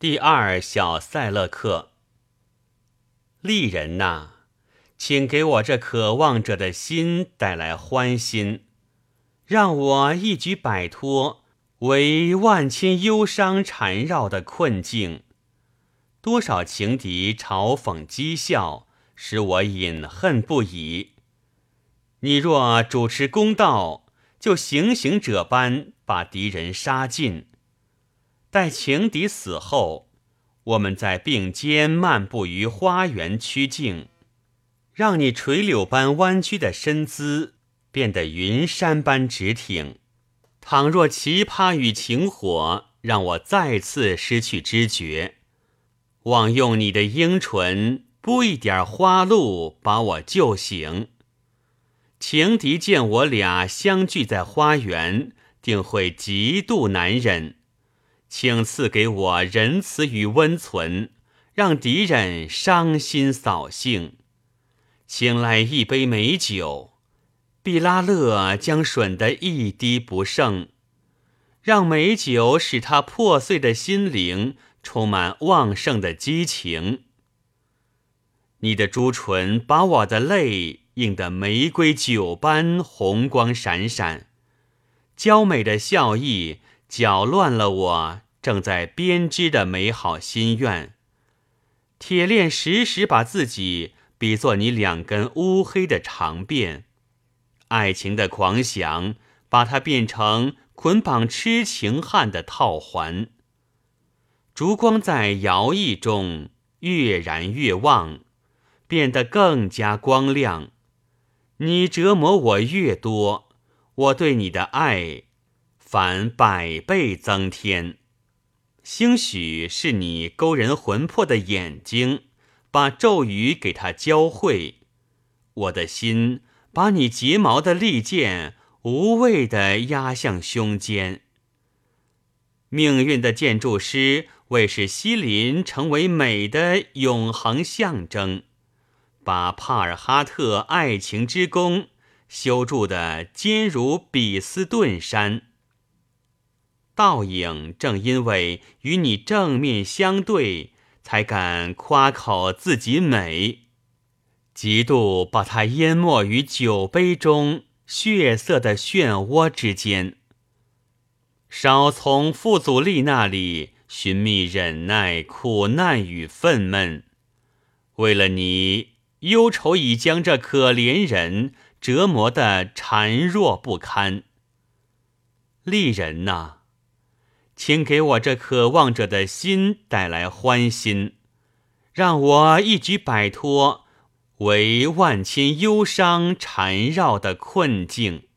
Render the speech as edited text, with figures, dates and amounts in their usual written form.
第二小塞勒克。丽人呐，请给我这渴望者的心带来欢心，让我一举摆脱为万千忧伤缠绕的困境。多少情敌嘲讽讥笑，使我隐恨不已。你若主持公道，就行刑者般把敌人杀尽。待情敌死后，我们在并肩漫步于花园曲径，让你垂柳般弯曲的身姿变得云山般直挺。倘若奇葩与情火让我再次失去知觉，望用你的樱唇拨一点花露把我救醒。情敌见我俩相聚在花园，定会极度难忍，请赐给我仁慈与温存，让敌人伤心扫兴。请来一杯美酒，毕拉勒将吮得一滴不剩，让美酒使他破碎的心灵充满旺盛的激情。你的朱唇把我的泪映得玫瑰酒般红光闪闪，娇美的笑意搅乱了我正在编织的美好心愿。铁链时时把自己比作你两根乌黑的长辫，爱情的狂想把它变成捆绑痴情汉的套环。烛光在摇曳中越燃越旺，变得更加光亮。你折磨我越多，我对你的爱反百倍增添。兴许是你勾人魂魄的眼睛把咒语给它教会，我的心把你睫毛的利剑无畏地压向胸间。命运的建筑师为使西林成为美的永恒象征，把帕尔哈特爱情之宫修筑得坚如比斯顿山。倒影正因为与你正面相对，才敢夸口自己美，极度把它淹没于酒杯中血色的漩涡之间。少从傅祖利那里寻觅忍耐、苦难与愤懑，为了你，忧愁已将这可怜人折磨得孱弱不堪。丽人呐，请给我这渴望者的心带来欢心，让我一举摆脱为万千忧伤缠绕的困境。